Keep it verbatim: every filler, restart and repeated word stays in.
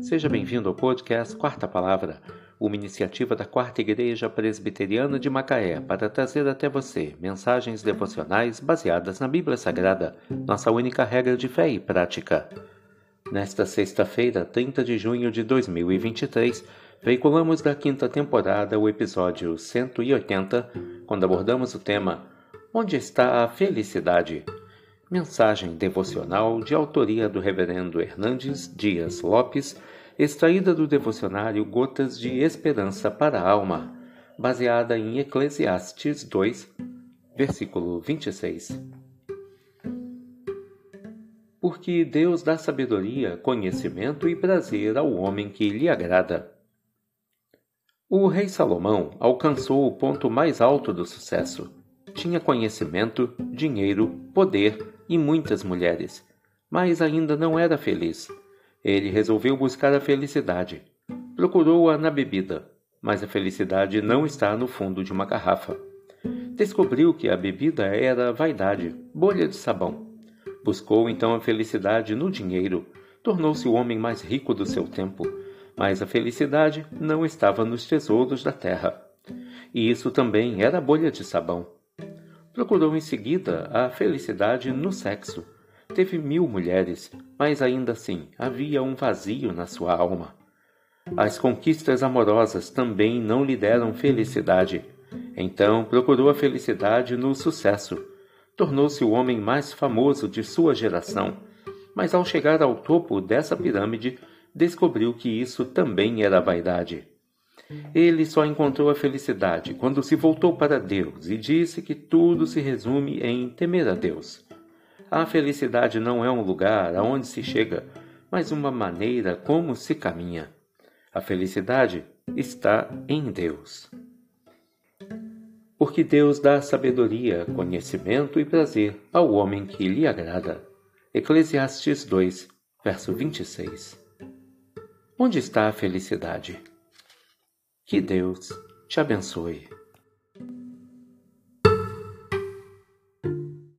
Seja bem-vindo ao podcast Quarta Palavra, uma iniciativa da Quarta Igreja Presbiteriana de Macaé para trazer até você mensagens devocionais baseadas na Bíblia Sagrada, nossa única regra de fé e prática. Nesta sexta-feira, trinta de junho de dois mil e vinte e três, veiculamos da quinta temporada o episódio cento e oitenta, quando abordamos o tema Onde está a felicidade? Mensagem devocional de autoria do reverendo Hernandes Dias Lopes, extraída do devocionário Gotas de Esperança para a Alma, baseada em Eclesiastes dois, versículo vinte e seis. Porque Deus dá sabedoria, conhecimento e prazer ao homem que lhe agrada. O rei Salomão alcançou o ponto mais alto do sucesso. Tinha conhecimento, dinheiro, poder e muitas mulheres, mas ainda não era feliz. Ele resolveu buscar a felicidade. Procurou-a na bebida, mas a felicidade não está no fundo de uma garrafa. Descobriu que a bebida era vaidade, bolha de sabão. Buscou então a felicidade no dinheiro. Tornou-se o homem mais rico do seu tempo, mas a felicidade não estava nos tesouros da terra. E isso também era bolha de sabão. Procurou em seguida a felicidade no sexo. Teve mil mulheres, mas ainda assim havia um vazio na sua alma. As conquistas amorosas também não lhe deram felicidade. Então procurou a felicidade no sucesso. Tornou-se o homem mais famoso de sua geração, mas ao chegar ao topo dessa pirâmide, descobriu que isso também era vaidade. Ele só encontrou a felicidade quando se voltou para Deus e disse que tudo se resume em temer a Deus. A felicidade não é um lugar aonde se chega, mas uma maneira como se caminha. A felicidade está em Deus. Porque Deus dá sabedoria, conhecimento e prazer ao homem que lhe agrada. Eclesiastes dois, verso vinte e seis. Onde está a felicidade? Que Deus te abençoe.